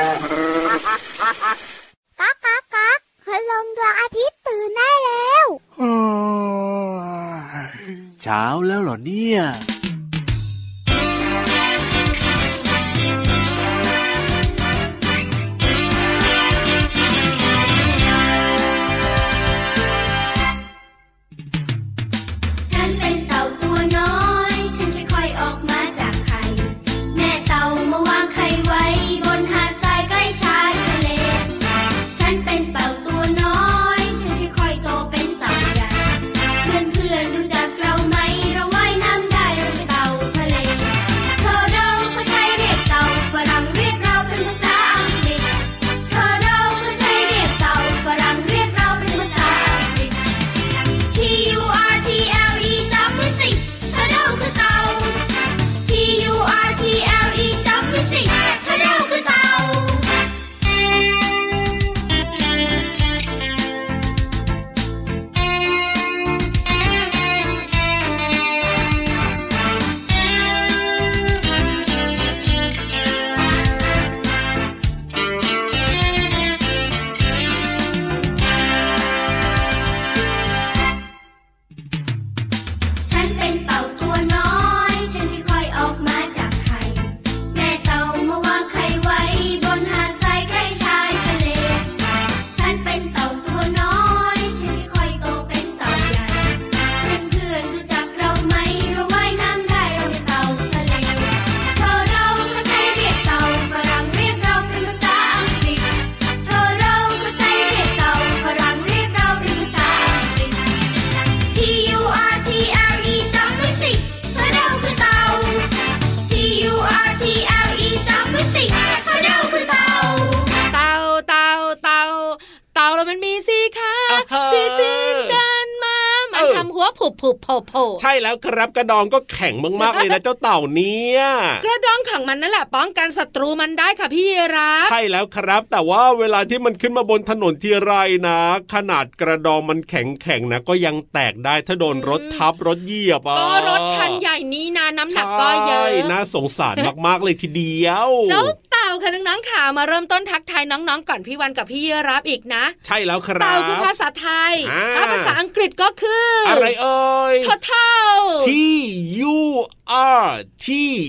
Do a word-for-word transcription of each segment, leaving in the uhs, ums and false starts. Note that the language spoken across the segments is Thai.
ก๊ากก๊ากก๊ากคืนลงดวงอาทิตย์ตื่นได้แล้วเช้าแล้วเหรอเนี่ยใช่แล้วครับกระดองก็แข็งมากๆเลยนะเจ้าเต่าเนี่ยกระดองของมันนั่นแหละป้องกันศัตรูมันได้ค่ะพี่รับใช่แล้วครับแต่ว่าเวลาที่มันขึ้นมาบนถนนทีไรนะขนาดกระดองมันแข็งๆนะก็ยังแตกได้ถ้าโดนรถทับรถเหยียบอ่ะก็รถคันใหญ่นี้นะน้ำหนักก็เยอะน่าสงสารมากๆเลยทีเดียวเจ้าเต่าค่ะน้องๆค่ะมาเริ่มต้นทักทายน้องๆก่อนพี่วันกับพี่รับอีกนะใช่แล้วครับเต่าคือภาษาไทยถ้าภาษาอังกฤษก็คืออะไรเอ่ยเท่า T U R T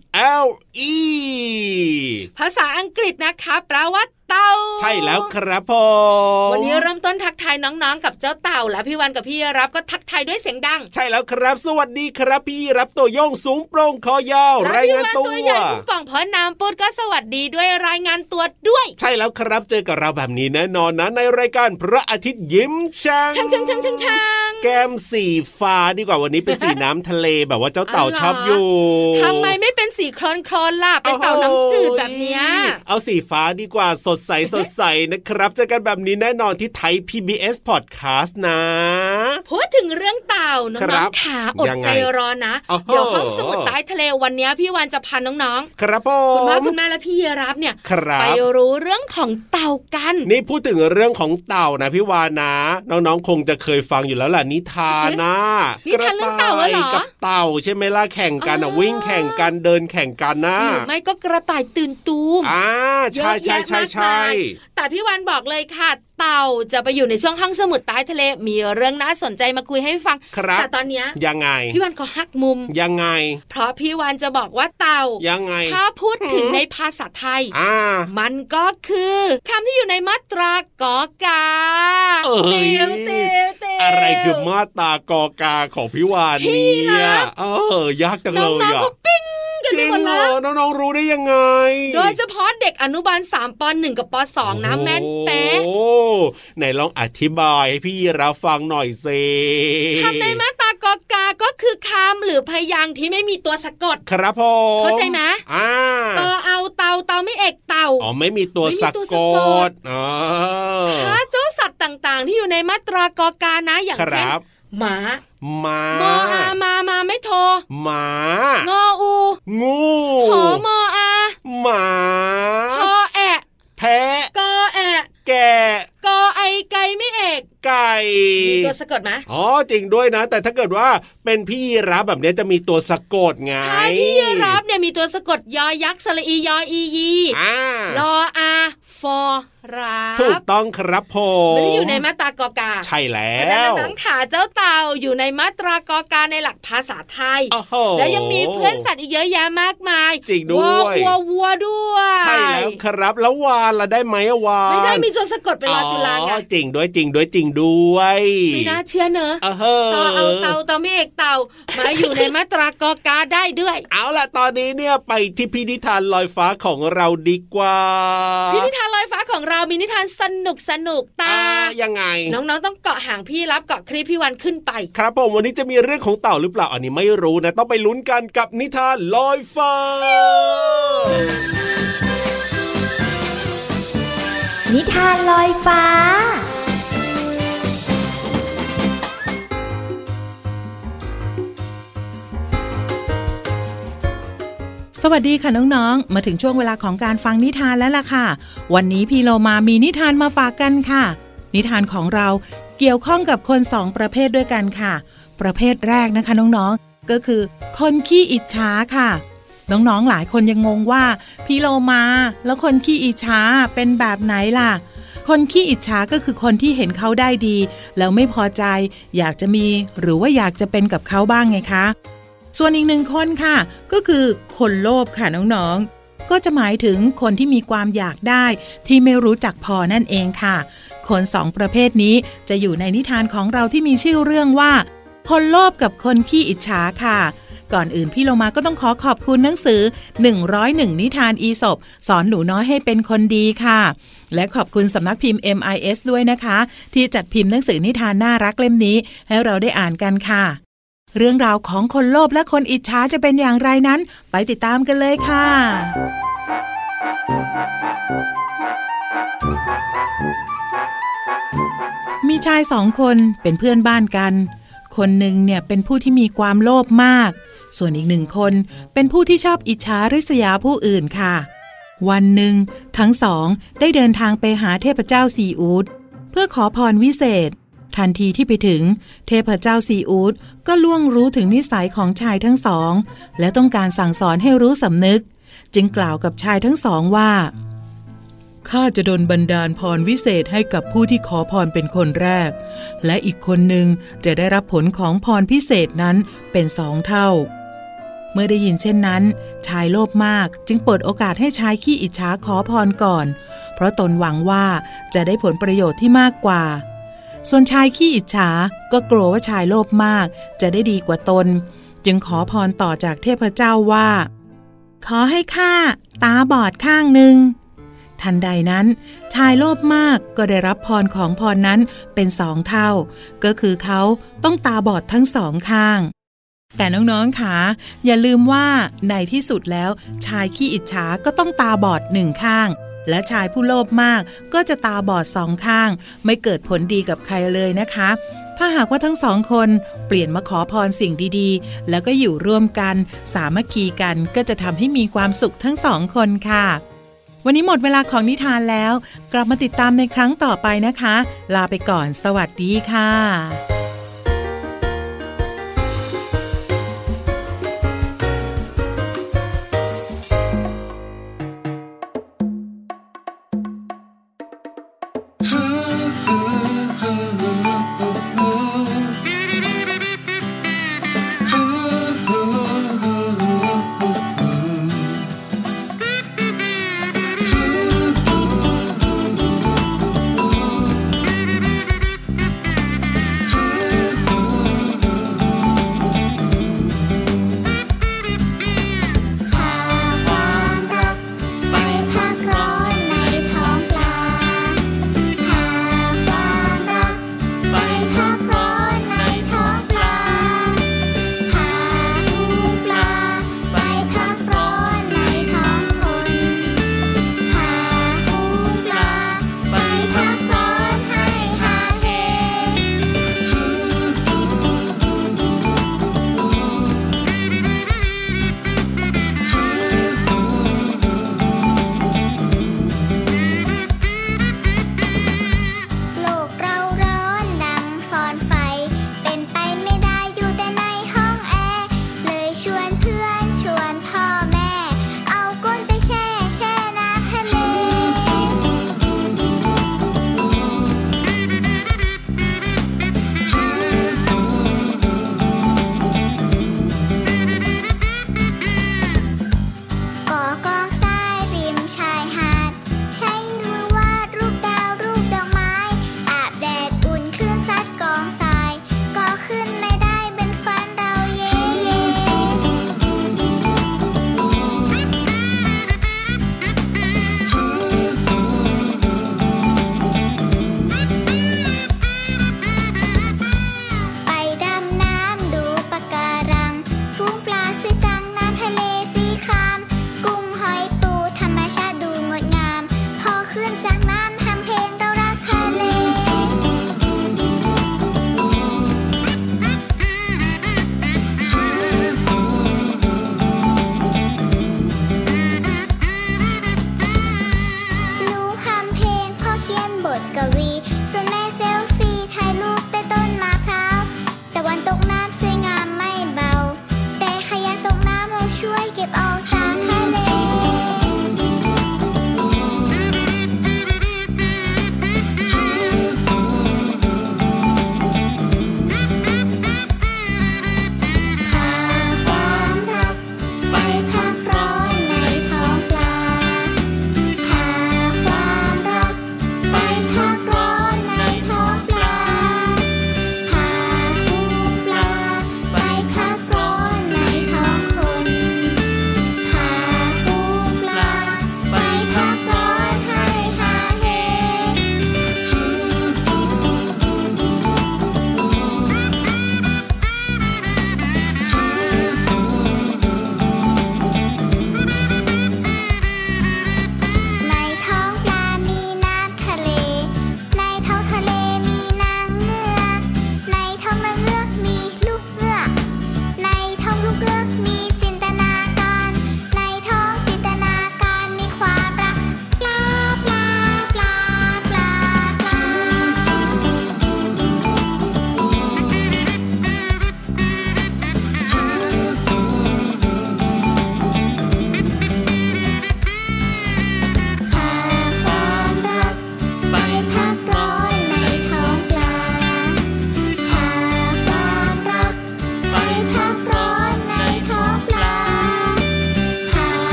L E ภาษาอังกฤษนะคะแปลว่าเต่าใช่แล้วครับผมวันนี้เริ่มต้นทักทายน้องๆกับเจ้าเต่าและพี่วันกับพี่รับก็ทักทายด้วยเสียงดังใช่แล้วครับสวัสดีครับพี่รับตัวโยงสูงโปร่งคอยาวรายงานตัวตัวใหญ่พุงป่องพอน้ำปุดก็สวัสดีด้วยรายงานตัวด้วยใช่แล้วครับเจอกับเราแบบนี้แน่นอนนะในรายการพระอาทิตย์ยิ้มช่างช่างช่างช่างช่างช่างแก้มสีฟ้าดีกว่าวันนี้เป็นสีน้ำทะเลแบบว่าเจ้าเต่าชอบอยู่ทำไมไม่เป็นสีโคลนโคลนล่ะเป็นเต่าน้ำจืดแบบนี้เอาสีฟ้าดีกว่าสดใสสดใสนะครับเจอกันแบบนี้แน่นอนที่ไทย พี บี เอส Podcast นะพูดถึงเรื่องเต่าน้องๆขาอดใจรอนะเดี๋ยวห้องสมุดใต้ทะเลวันนี้พี่วันจะพาน้องๆครับผมคุณพ่อคุณแม่และพี่รับเนี่ยไปรู้เรื่องของเต่ากันนี่พูดถึงเรื่องของเต่านะพี่วานนะน้องๆคงจะเคยฟังอยู่แล้วแหละนิทานนะนิทานเรื่องเต่าเหรอกับเต่าใช่ไหมล่ะแข่งกันอ่ะวิ่งแข่งกันเดินแข่งกันนะหรือไม่ก็กระต่ายตื่นตูมอ่าใช่ใช่ใช่ใช่แต่พี่วันบอกเลยค่ะเต่าจะไปอยู่ในช่วงห้องสมุดใต้ทะเลมีเรื่องน่าสนใจมาคุยให้ฟังแต่ตอนนี้ยังไงพี่วันขอหักมุมยังไงเพราะพี่วันจะบอกว่าเต่ายังไงถ้าพูดถึงในภาษาไทยอ่ามันก็คือคำที่อยู่ในมาตรากอกาเอ้ยอะไรคือมาตรากอกาของพี่วานเนี่ยเออยากจังเลยอ่ะจริงเหรอน้องๆรู้ได้ยังไงโดยเฉพาะเด็กอนุบาลสามป หนึ่งกับป สองนะแม่นเป๊ะโอ้ไหนลองอธิบายให้พี่รับฟังหน่อยสิคำในมาตรากอกาก็คือคำหรือพยางค์ที่ไม่มีตัวสะกดครับผมเข้าใจไหมอ่าเตอเอาเตาเตาไม่เอกเต่าอ๋อไม่มีตัวสะกดอ๋อถ้าเจ้าสัตว์ต่างๆที่อยู่ในมาตรากอกานะอย่างเช่นหมาหมาโมอามามาไม่โทหมางออูงูหอมออาหมาพอแอะแพะกอแอะแกะกอไอไก่ไม่เอกไก่มีตัวสะกดไหมอ๋อจริงด้วยนะแต่ถ้าเกิดว่าเป็นพี่รับแบบนี้จะมีตัวสะกดไงใช่พี่รับเนี่ยมีตัวสะกดยอยักษ์สระอียออียีอ่าลออาฟอรับถูกต้องครับผมไม่ได้อยู่ในมาตรากอกาใช่แล้วเพราะฉะนั้นน้องขาเจ้าเต่าอยู่ในมาตรากอกาในหลักภาษาไทยแล้วยังมีเพื่อนสัตว์อีกเยอะแยะมากมายจริงด้วยวัววัวด้วยใช่แล้วครับแล้ววานล่ะได้ไหมวานไม่ได้มีจนสะกดเป็นรอจุฬาไงจริงด้วยจริงด้วยจริงด้วยไม่น่าเชื่อเนอะต่อเอาเต่าต่อไม่เอกเต่ามาอยู่ในมาตรากอกาได้ด้วยเอาล่ะตอนนี้เนี่ยไปที่พินิธานลอยฟ้าของเราดีกว่าพินิธานลอยฟ้าของเรามีนิทานสนุกสนุกตายังไงน้องๆต้องเกาะหางพี่รับเกาะครีพี่วันขึ้นไปครับผมวันนี้จะมีเรื่องของเต่าหรือเปล่าอันนี้ไม่รู้นะต้องไปลุ้นกันกับนิทานลอยฟ้านิทานลอยฟ้าสวัสดีค่ะน้องๆมาถึงช่วงเวลาของการฟังนิทานแล้วล่ะค่ะวันนี้พี่โลมามีนิทานมาฝากกันค่ะนิทานของเราเกี่ยวข้องกับคนสองประเภทด้วยกันค่ะประเภทแรกนะคะน้องๆก็คือคนขี้อิจฉาค่ะน้องๆหลายคนยังงงว่าพี่โลมาแล้วคนขี้อิจฉาเป็นแบบไหนล่ะคนขี้อิจฉาก็คือคนที่เห็นเขาได้ดีแล้วไม่พอใจอยากจะมีหรือว่าอยากจะเป็นกับเขาบ้างไงคะส่วนอีกหนึ่งคนค่ะก็คือคนโลภค่ะน้องๆก็จะหมายถึงคนที่มีความอยากได้ที่ไม่รู้จักพอนั่นเองค่ะคนสองประเภทนี้จะอยู่ในนิทานของเราที่มีชื่อเรื่องว่าคนโลภกับคนขี้อิจฉาค่ะก่อนอื่นพี่โลมาก็ต้องขอขอบคุณหนังสือหนึ่งร้อยเอ็ดนิทานอีสปสอนหนูน้อยให้เป็นคนดีค่ะและขอบคุณสำนักพิมพ์ เอ็ม ไอ เอส ด้วยนะคะที่จัดพิมพ์หนังสือนิทานน่ารักเล่มนี้ให้เราได้อ่านกันค่ะเรื่องราวของคนโลภและคนอิจฉาจะเป็นอย่างไรนั้นไปติดตามกันเลยค่ะมีชายสองคนเป็นเพื่อนบ้านกันคนหนึ่งเนี่ยเป็นผู้ที่มีความโลภมากส่วนอีกหนึ่งคนเป็นผู้ที่ชอบอิจฉาริษยาผู้อื่นค่ะวันหนึ่งทั้งสองได้เดินทางไปหาเทพเจ้าซีอูฐเพื่อขอพรวิเศษทันทีที่ไปถึงเทพเจ้าซีอูฐก็ล่วงรู้ถึงนิสัยของชายทั้งสองและต้องการสั่งสอนให้รู้สำนึกจึงกล่าวกับชายทั้งสองว่าข้าจะดลบันดาลพรวิเศษให้กับผู้ที่ขอพรเป็นคนแรกและอีกคนหนึ่งจะได้รับผลของพรพิเศษนั้นเป็นสองเท่าเมื่อได้ยินเช่นนั้นชายโลภมากจึงเปิดโอกาสให้ชายขี้อิจฉาขอพรก่อนเพราะตนหวังว่าจะได้ผลประโยชน์ที่มากกว่าส่วนชายขี้อิจฉาก็กลัวว่าชายโลภมากจะได้ดีกว่าตนจึงขอพรต่อจากเทพเจ้าว่าขอให้ข้าตาบอดข้างหนึ่งทันใดนั้นชายโลภมากก็ได้รับพรของพรนั้นเป็นสองเท่าก็คือเขาต้องตาบอดทั้งสองข้างแต่น้องๆค่ะอย่าลืมว่าในที่สุดแล้วชายขี้อิจฉาก็ต้องตาบอดหนึ่งข้างและชายผู้โลภมากก็จะตาบอดสองข้างไม่เกิดผลดีกับใครเลยนะคะถ้าหากว่าทั้งสองคนเปลี่ยนมาขอพรสิ่งดีๆแล้วก็อยู่ร่วมกันสามัคคีกันก็จะทำให้มีความสุขทั้งสองคนค่ะวันนี้หมดเวลาของนิทานแล้วกลับมาติดตามในครั้งต่อไปนะคะลาไปก่อนสวัสดีค่ะ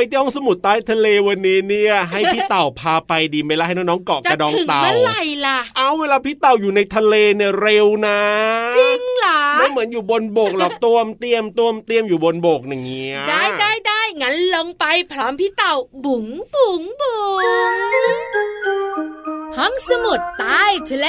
ที่ห้องสมุดใต้ทะเลวันนี้เนี่ยให้พี่เต่าพาไปดีไหมล่ะให้น้องๆเกาะกระดองเต่าจะถึงเมื่อไหร่ล่ะเอาเวลาพี่เต่าอยู่ในทะเลเนี่ยเร็วนะจริงเหรอไม่เหมือนอยู่บนบกหรอกตัวมเตี้ยมตัวมเตี้ยมอยู่บนบกอย่างเงี้ยได้ได้ได้งั้นลงไปพร้อมพี่เต่าบุ๋งบุ๋งบุ๋งห้องสมุดใต้ทะเล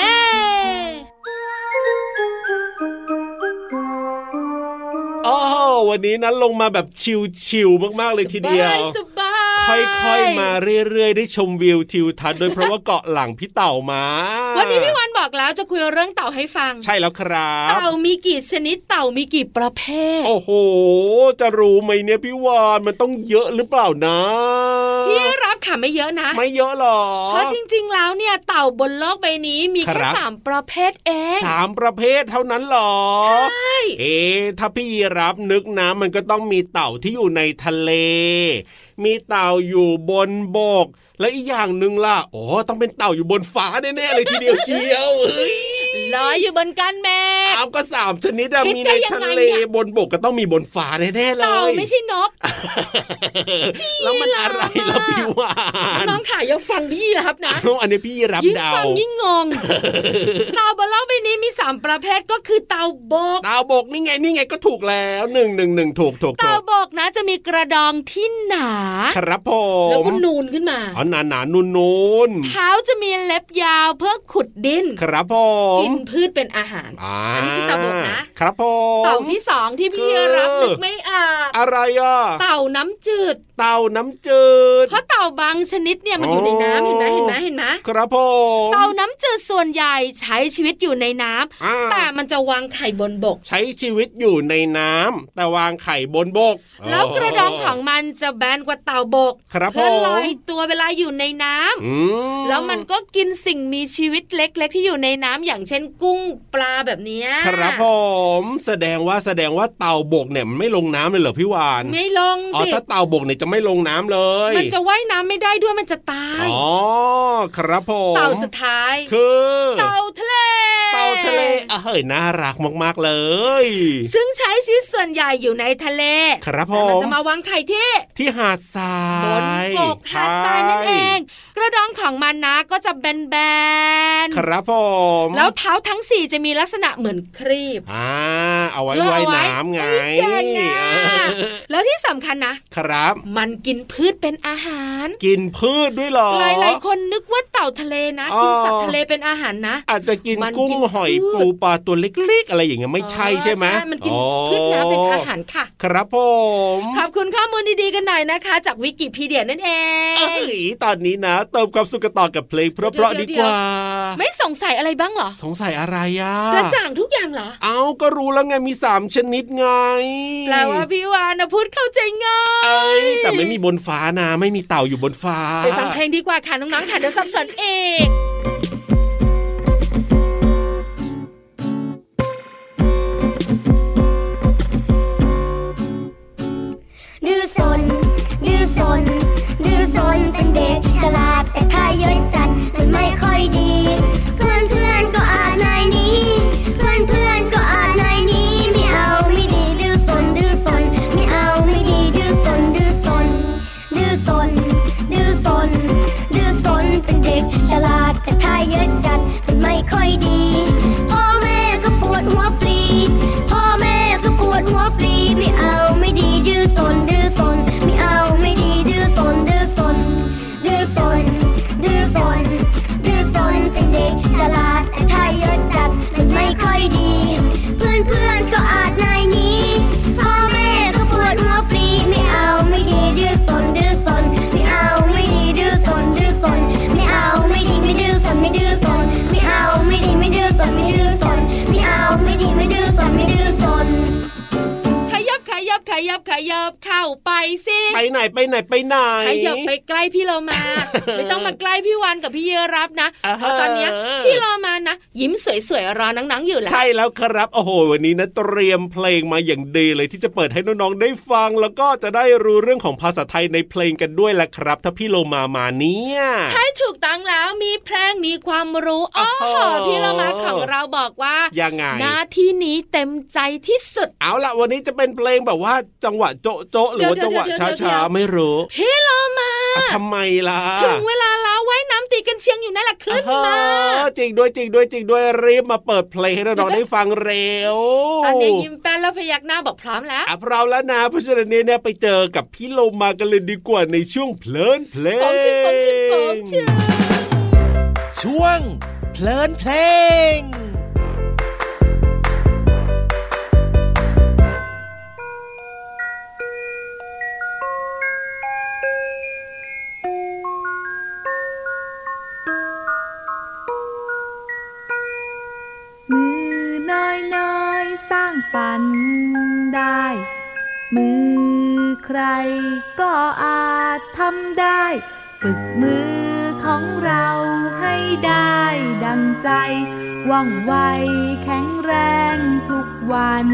โอ้วันนี้นั้นลงมาแบบชิลๆมากๆเลยทีเดียวสบายค่อยๆมาเรื่อยๆได้ชมวิวทิวทัศน์โดยเพราะว่าเกาะหลังพี่เต่ามาวันนี้พี่วันบอกแล้วจะคุยเรื่องเต่าให้ฟังใช่แล้วครับเต่ามีกี่ชนิดเต่ามีกี่ประเภทโอ้โหจะรู้ไหมเนี่ยพี่วานมันต้องเยอะหรือเปล่านะพี่รับค่ะไม่เยอะนะไม่เยอะหรอเพราะจริงๆแล้วเนี่ยเต่าบนโลกใบนี้มีแค่สามประเภทเองสามประเภทเท่านั้นหรอใช่เอ๊ะถ้าพี่รับนึกนะมันก็ต้องมีเต่าที่อยู่ในทะเลมีเต่าอยู่บนบกและอีกอย่างหนึ่งล่ะอ๋อต้องเป็นเต่าอยู่บนฟ้าแน่ๆเลยทีเดียวเชียวเอ้ยลอยอยู่บนก้านเมฆอ้าวก็สามชนิดมีในทะเลบนบกก็ต้องมีบนฟ้าแน่ๆเลยเต่าไม่ใช่นกแล้วมันอะไรล่ะพี่วานน้องค่ะอย่าฟังพี่รับนะอันนี้พี่รับเดายิ่งฟังยิ่งงงเต่าบนโลกใบนี้มีสามประเภทก็คือเต่าบกเต่าบกนี่ไงนี่ไงก็ถูกแล้วหนึ่งหนึ่งหนึ่งถูกถูกเต่าบกนะจะมีกระดองที่หนาครับผมแล้วก็นูนขึ้นมาอ๋อหนาหนานูนนูนเท้าจะมีเล็บยาวเพื่อขุดดินครับผมกินพืชเป็นอาหารอันนี้คือเต่าบกนะครับผมเต่าที่สองที่พี่รับนึกไม่ออกอะไรอ่ะเต่าน้ำจืดเต่าน้ำจืดเพราะเต่าบางชนิดเนี่ยมันอยู่ในน้ำเห็นไหมเห็นไหมเห็นไหมครับผมเต่าน้ำจืดส่วนใหญ่ใช้ชีวิตอยู่ในน้ำแต่มันจะวางไข่บนบกใช้ชีวิตอยู่ในน้ำแต่วางไข่บนบกแล้วกระดองของมันจะแบนกว่าเต่าบกครับผมเพื่อลอยตัวเวลาอยู่ในน้ำแล้วมันก็กินสิ่งมีชีวิตเล็กๆที่อยู่ในน้ำอย่างเช่นกุ้งปลาแบบนี้ครับผมแสดงว่าแสดงว่าเต่าบกเนี่ยมันไม่ลงน้ำเลยเหรอพี่วานไม่ลงสิอ๋อถ้าเต่าบกเนี่ยจะไม่ลงน้ำเลยมันจะว่ายน้ำไม่ได้ด้วยมันจะตายอ๋อครับผมเต่าสุดท้ายคือเต่าทะเลเต่าทะเลเฮ้ยน่ารักมากๆเลยซึ่งใช้ชีวิตส่วนใหญ่อยู่ในทะเลครับผมมันจะมาวางไข่ที่ที่หาดทรายบนบกหาดทรายนั่นเองกระดองของมันนะก็จะแบนๆครับผมแล้วเท้าทั้งสี่จะมีลักษณะเหมือนครีบอ่าเอาไว้ว่ายน้ำไงแล้วที่สำคัญนะครับมันกินพืชเป็นอาหารกินพืชด้วยหรอหลายๆคนนึกว่าเต่าทะเลนะกินสัตว์ทะเลเป็นอาหารนะอาจจะกินกุ้งหอยปูปลาตัวเล็กๆอะไรอย่างเงี้ยไม่ใช่ใช่ไหมใช่มันกินพืชน้ำเป็นอาหารค่ะครับผมขอบคุณข้อมูลดีๆกันหน่อยนะคะจากวิกิพีเดียนั่นเองเอ้ยตอนนี้นะเติมความสุขต่อกับเพลงเพราะๆดีกว่าไม่สงสัยอะไรบ้างเหรอสงสัยอะไรอ่ะกระจ่างทุกอย่างเหรอเอาก็รู้แล้วไงมีสามชนิดไงแปลว่าพี่วานนะพูดเข้าใจง่ายเอ้ยแต่ไม่มีบนฟ้านะไม่มีเต่าอยู่บนฟ้าไปฟังเพลงดีกว่าค่ะน้องๆค่ะเดี๋ยวสับสนเองดื้อซนดื้อซนดื้อซนเป็นเด็กฉลาดแต่ถ้าเยอะจัดมันไม่ค่อยดีเพื่อนเพื่อนก็อาจนายนี้เพื่อนเพื่อนก็อาจนายนี้ไม่เอาไม่ดีดื้อซนดื้อซนไม่เอาไม่ดีดื้อซนดื้อซนดื้อซนดื้อซนดื้อซนเป็นเด็กฉลาดแต่ถ้าเยอะจัดมันไม่ค่อยดีพ่อแม่ก็ปวดหัวฟรีพ่อแม่ก็ปวดหัวฟรีไม่เอาไม่ดีดื้อซนดื้อซนไม่เอาไม่ดีดื้อซนดื้อซนดื้อซนดื้อซนดื้อซนเป็นเด็กฉลาดแต่ถ้าเยอะจัดมันไม่ค่อยดีเพื่อนเพื่อนก็อาจนายนี้พ่อแม่ก็ปวดหัวฟรีไม่เอาไม่ดีดื้อซนดื้อซนไม่เอาไม่ดีดื้อซนดื้อซนไม่เอาไม่ดีไม่ดื้อซนไม่ดื้อซนไม่เอาไม่ดีไม่ดื้อซนไม่ดื้อซนไม่เอาไม่ดีไม่ดื้อซนไม่ดื้อซนขยับขยับขยับขยับเข้าไปสิไปไหนไปไหนไปไหนขยับไปใกล้พี่เรามา ไม่ต้องมาใกล้พี่วานกับพี่เยรับนะเพราะตอนนี้พี่เรามานะยิ้มสวยๆรอน้องๆอยู่แล้วใช่แล้วครับโอ้โหวันนี้นะเตรียมเพลงมาอย่างดีเลยที่จะเปิดให้น้องๆได้ฟังแล้วก็จะได้รู้เรื่องของภาษาไทยในเพลงกันด้วยแหละครับถ้าพี่โลมามาเนี่ยใช่ถูกต้องแล้วมีเพลงมีความรู้อ๋อพี่โลมาของเราบอกว่ายังไงหน้าที่นี้เต็มใจที่สุดเอาล่ะวันนี้จะเป็นเพลงแบบว่าจังหวะโจ๊ะโจ๊ะหรือว่าจังหวะช้าๆไม่รู้พี่โลมาทำไมล่ะถึงเวลาแล้วว่ายน้ำตีกันเชียงอยู่นั่นแหละขึ้นมาจริงด้วยจริงด้วยจริงด้วยรีบมาเปิดเพลงให้น้องๆได้ฟังเร็วตอนนี้ยิ้มแป้นแล้วพยักหน้าบอกพร้อมแล้วอ่ะพร้อมแล้วนะเพราะฉะนั้นเนี่ยไปเจอกับพี่โลมากันเลยดีกว่าในช่วงเพลินเพลงผมชิมผมชิมผมชิมช่วงเพลินเพลงมือน้อยๆสร้างฝันได้มือใครก็อาจทำได้ฝึกมือของเราให้ได้ดังใจว่องไวแข็งแรงทุกวัน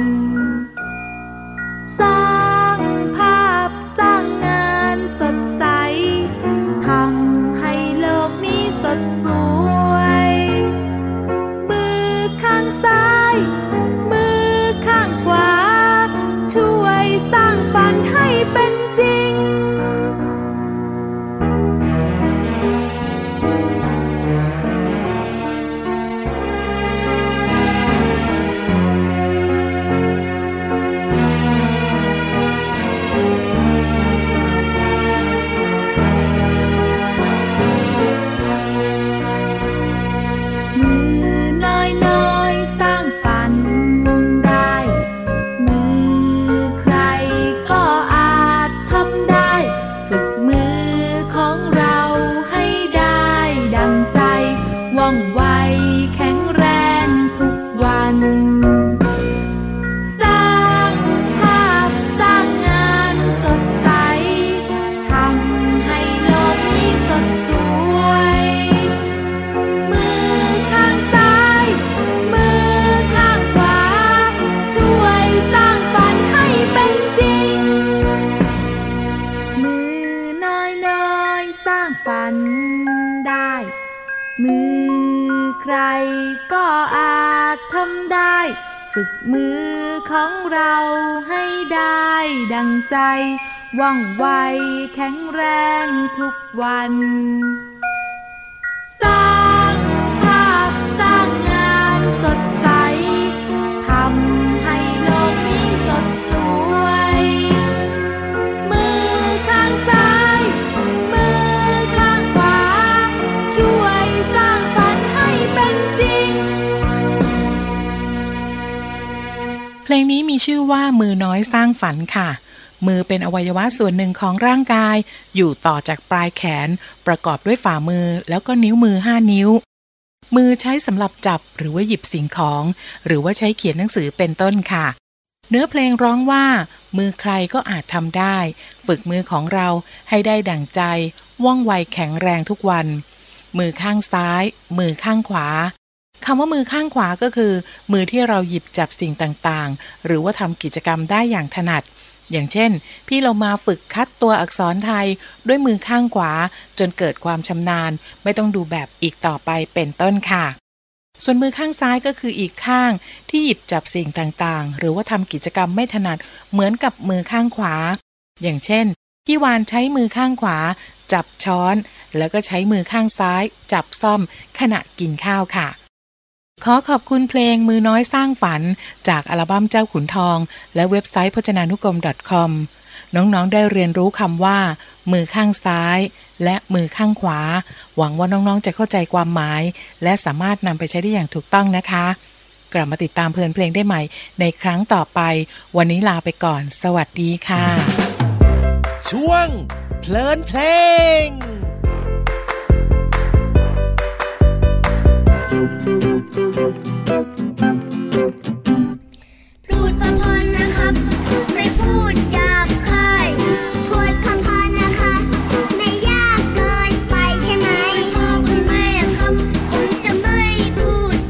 สร้างภาพสร้างงานสดใสทำให้โลกนี้สดสวยมือข้างซ้ายมือข้างขวาช่วยสร้างฝันให้เป็นจริงฝึกมือของเราให้ได้ดังใจว่องไวแข็งแรงทุกวันสร้างภาพสร้างงานสดใสทำให้โลกนี้สดสวยมือข้างซ้ายมือข้างขวาช่วยสร้างฝันให้เป็นจริงเพลงนี้มีชื่อว่ามือน้อยสร้างฝันค่ะมือเป็นอวัยวะส่วนหนึ่งของร่างกายอยู่ต่อจากปลายแขนประกอบด้วยฝ่ามือแล้วก็นิ้วมือห้านิ้วมือใช้สำหรับจับหรือว่าหยิบสิ่งของหรือว่าใช้เขียนหนังสือเป็นต้นค่ะเนื้อเพลงร้องว่ามือใครก็อาจทำได้ฝึกมือของเราให้ได้ดั่งใจว่องไวแข็งแรงทุกวันมือข้างซ้ายมือข้างขวาคำว่ามือข้างขวาก็คือมือที่เราหยิบจับสิ่งต่างๆหรือว่าทำกิจกรรมได้อย่างถนัดอย่างเช่นพี่เรามาฝึกคัดตัวอักษรไทยด้วยมือข้างขวาจนเกิดความชำนาญไม่ต้องดูแบบอีกต่อไปเป็นต้นค่ะส่วนมือข้างซ้ายก็คืออีกข้างที่หยิบจับสิ่งต่างๆหรือว่าทำกิจกรรมไม่ถนัดเหมือนกับมือข้างขวาอย่างเช่นพี่วานใช้มือข้างขวาจับช้อนแล้วก็ใช้มือข้างซ้ายจับซ่อมขณะกินข้าวค่ะขอขอบคุณเพลงมือน้อยสร้างฝันจากอัลบั้มเจ้าขุนทองและเว็บไซต์พจนานุกรม .com น้องๆได้เรียนรู้คำว่ามือข้างซ้ายและมือข้างขวาหวังว่าน้องๆจะเข้าใจความหมายและสามารถนำไปใช้ได้อย่างถูกต้องนะคะกลับมาติดตามเพลินเพลงได้ใหม่ในครั้งต่อไปวันนี้ลาไปก่อนสวัสดีค่ะช่วงเพลินเพลงพูดพอๆนะครับไม่พูดหยาบคายพูดคำพอนะคะไม่ยากเกินไปใช่ไหมพ่อคุณแม่ครับผมจะไม่พูด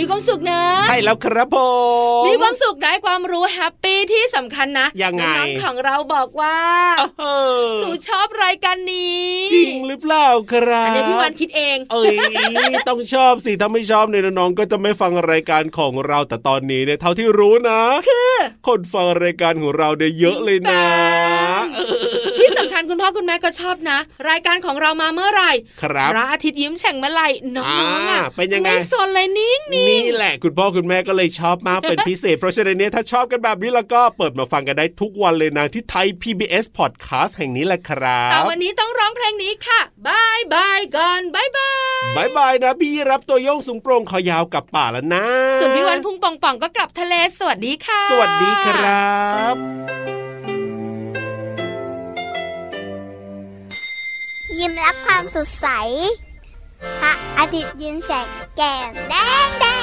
มีความสุขนะใช่แล้วครับผมมีความสุขได้ความรู้แฮปปี้ที่สำคัญนะยังไงน้องของเราบอกว่าหนูชอบรายการนี้จริงหรือเปล่าครับอันนี้พี่วันคิดเองเอ้ยต้องชอบสิถ้าไม่ชอบเนี่ยน้องก็จะไม่ฟังรายการของเราแต่ตอนนี้เนี่ยเท่าที่รู้นะคือคนฟังรายการของเราเนี่ยเยอะเลยนะที่สำคัญคุณพ่อคุณแม่ก็ชอบนะรายการของเรามาเมื่อไหร่ครับพระอาทิตย์ยิ้มแฉ่งเมื่อไหร่น้องๆอ่ะเป็นยังไงไม่สนเลยนิ่งๆนี่แหละคุณพ่อคุณแม่ก็เลยชอบมากเป็นพิเศษเพราะฉะนั้นเนี่ยถ้าชอบกันแบบนี้แล้วก็เปิดมาฟังกันได้ทุกวันเลยนะที่ไทย พี บี เอส Podcast แห่งนี้แหละครับแต่วันนี้ต้องร้องเพลงนี้ค่ะบายบายก่อนบายบายบายบายนะพี่รับตัวโยงสูงโปร่งคอยาวกลับป่าแล้วนะส่วนพี่วันพุ่งป่องป่องก็กลับทะเลสวัสดีค่ะสวัสดีครับยิ้มรับความสดใสพระอาทิตย์ยิ้มแฉกแก้มแดงแดง